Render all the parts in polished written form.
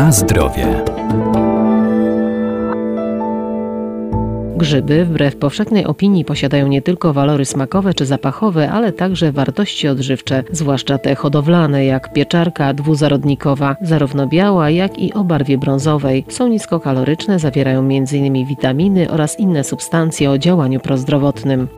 Na zdrowie. Grzyby, wbrew powszechnej opinii, posiadają nie tylko walory smakowe czy zapachowe, ale także wartości odżywcze, zwłaszcza te hodowlane, jak pieczarka dwuzarodnikowa, zarówno biała, jak i o barwie brązowej. Są niskokaloryczne, zawierają m.in. witaminy oraz inne substancje o działaniu prozdrowotnym.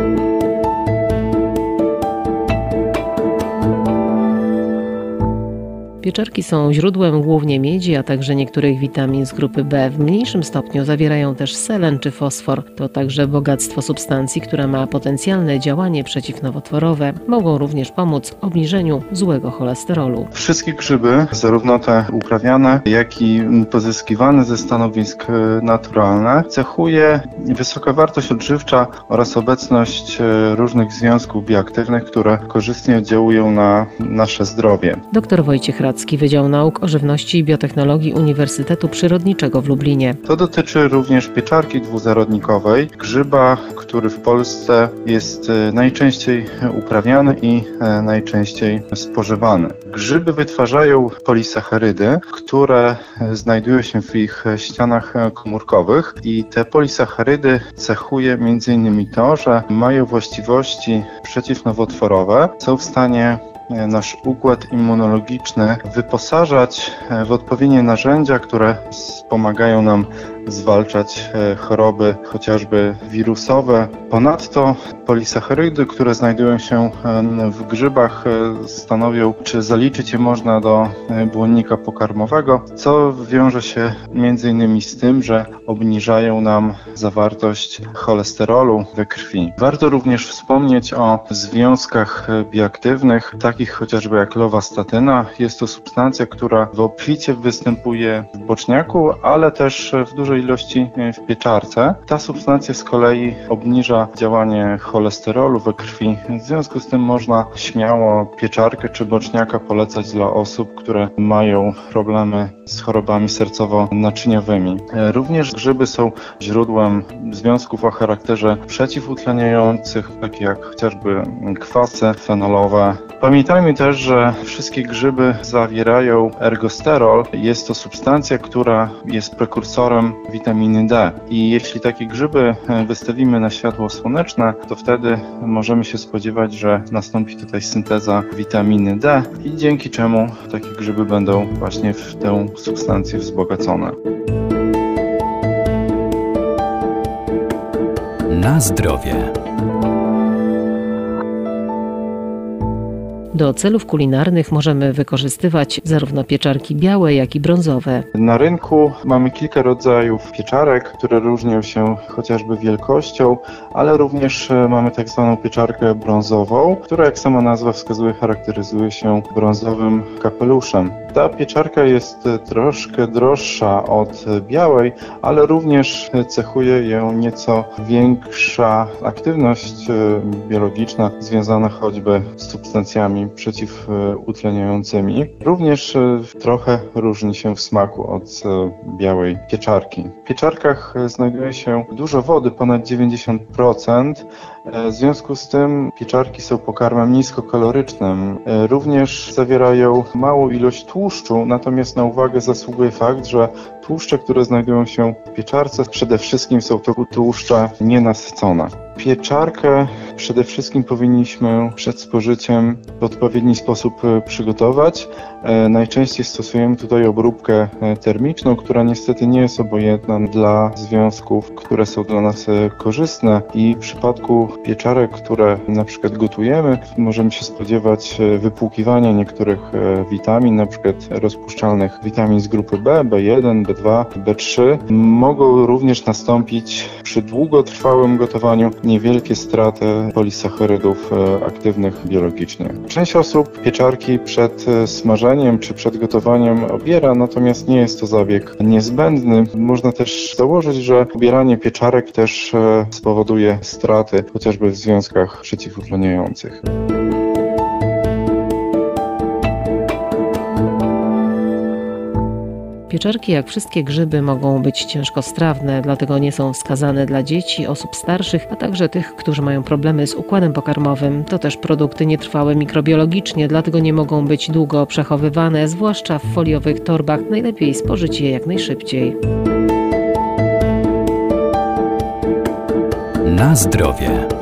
Pieczarki są źródłem głównie miedzi, a także niektórych witamin z grupy B. W mniejszym stopniu zawierają też selen czy fosfor. To także bogactwo substancji, która ma potencjalne działanie przeciwnowotworowe. Mogą również pomóc w obniżeniu złego cholesterolu. Wszystkie grzyby, zarówno te uprawiane, jak i pozyskiwane ze stanowisk naturalnych, cechuje wysoka wartość odżywcza oraz obecność różnych związków bioaktywnych, które korzystnie oddziałują na nasze zdrowie. Dr Wojciech Radzki, Wydział Nauk o Żywności i Biotechnologii Uniwersytetu Przyrodniczego w Lublinie. To dotyczy również pieczarki dwuzarodnikowej, grzyba, który w Polsce jest najczęściej uprawiany i najczęściej spożywany. Grzyby wytwarzają polisacharydy, które znajdują się w ich ścianach komórkowych i te polisacharydy cechuje m.in. to, że mają właściwości przeciwnowotworowe, są w stanie nasz układ immunologiczny wyposażać w odpowiednie narzędzia, które pomagają nam zwalczać choroby chociażby wirusowe. Ponadto polisacharydy, które znajdują się w grzybach, stanowią, czy zaliczyć je można do błonnika pokarmowego, co wiąże się m.in. z tym, że obniżają nam zawartość cholesterolu we krwi. Warto również wspomnieć o związkach bioaktywnych, takich chociażby jak lowastatyna. Jest to substancja, która w obficie występuje w boczniaku, ale też w dużej ilości w pieczarce. Ta substancja z kolei obniża działanie cholesterolu we krwi. W związku z tym można śmiało pieczarkę czy boczniaka polecać dla osób, które mają problemy z chorobami sercowo-naczyniowymi. Również grzyby są źródłem związków o charakterze przeciwutleniających, takie jak chociażby kwasy fenolowe. Pamiętajmy też, że wszystkie grzyby zawierają ergosterol. Jest to substancja, która jest prekursorem witaminy D. I jeśli takie grzyby wystawimy na światło słoneczne, to wtedy możemy się spodziewać, że nastąpi tutaj synteza witaminy D i dzięki czemu takie grzyby będą właśnie w tę substancję wzbogacone. Na zdrowie. Do celów kulinarnych możemy wykorzystywać zarówno pieczarki białe, jak i brązowe. Na rynku mamy kilka rodzajów pieczarek, które różnią się chociażby wielkością, ale również mamy tak zwaną pieczarkę brązową, która, jak sama nazwa wskazuje, charakteryzuje się brązowym kapeluszem. Ta pieczarka jest troszkę droższa od białej, ale również cechuje ją nieco większa aktywność biologiczna związana choćby z substancjami przeciwutleniającymi. Również trochę różni się w smaku od białej pieczarki. W pieczarkach znajduje się dużo wody, ponad 90%. W związku z tym pieczarki są pokarmem niskokalorycznym. Również zawierają małą ilość tłuszczu, natomiast na uwagę zasługuje fakt, że tłuszcze, które znajdują się w pieczarce, przede wszystkim są to tłuszcze nienasycone. Pieczarkę przede wszystkim powinniśmy przed spożyciem w odpowiedni sposób przygotować. Najczęściej stosujemy tutaj obróbkę termiczną, która niestety nie jest obojętna dla związków, które są dla nas korzystne i w przypadku pieczarek, które na przykład gotujemy, możemy się spodziewać wypłukiwania niektórych witamin, na przykład rozpuszczalnych witamin z grupy B, B1, B2, B3. Mogą również nastąpić przy długotrwałym gotowaniu niewielkie straty polisacharydów aktywnych biologicznie. Część osób pieczarki przed smażeniem czy przed gotowaniem obiera, natomiast nie jest to zabieg niezbędny. Można też założyć, że obieranie pieczarek też spowoduje straty chociażby w związkach przeciwutleniających. Pieczarki, jak wszystkie grzyby, mogą być ciężkostrawne, dlatego nie są wskazane dla dzieci, osób starszych, a także tych, którzy mają problemy z układem pokarmowym. To też produkty nietrwałe mikrobiologicznie, dlatego nie mogą być długo przechowywane, zwłaszcza w foliowych torbach. Najlepiej spożyć je jak najszybciej. Na zdrowie.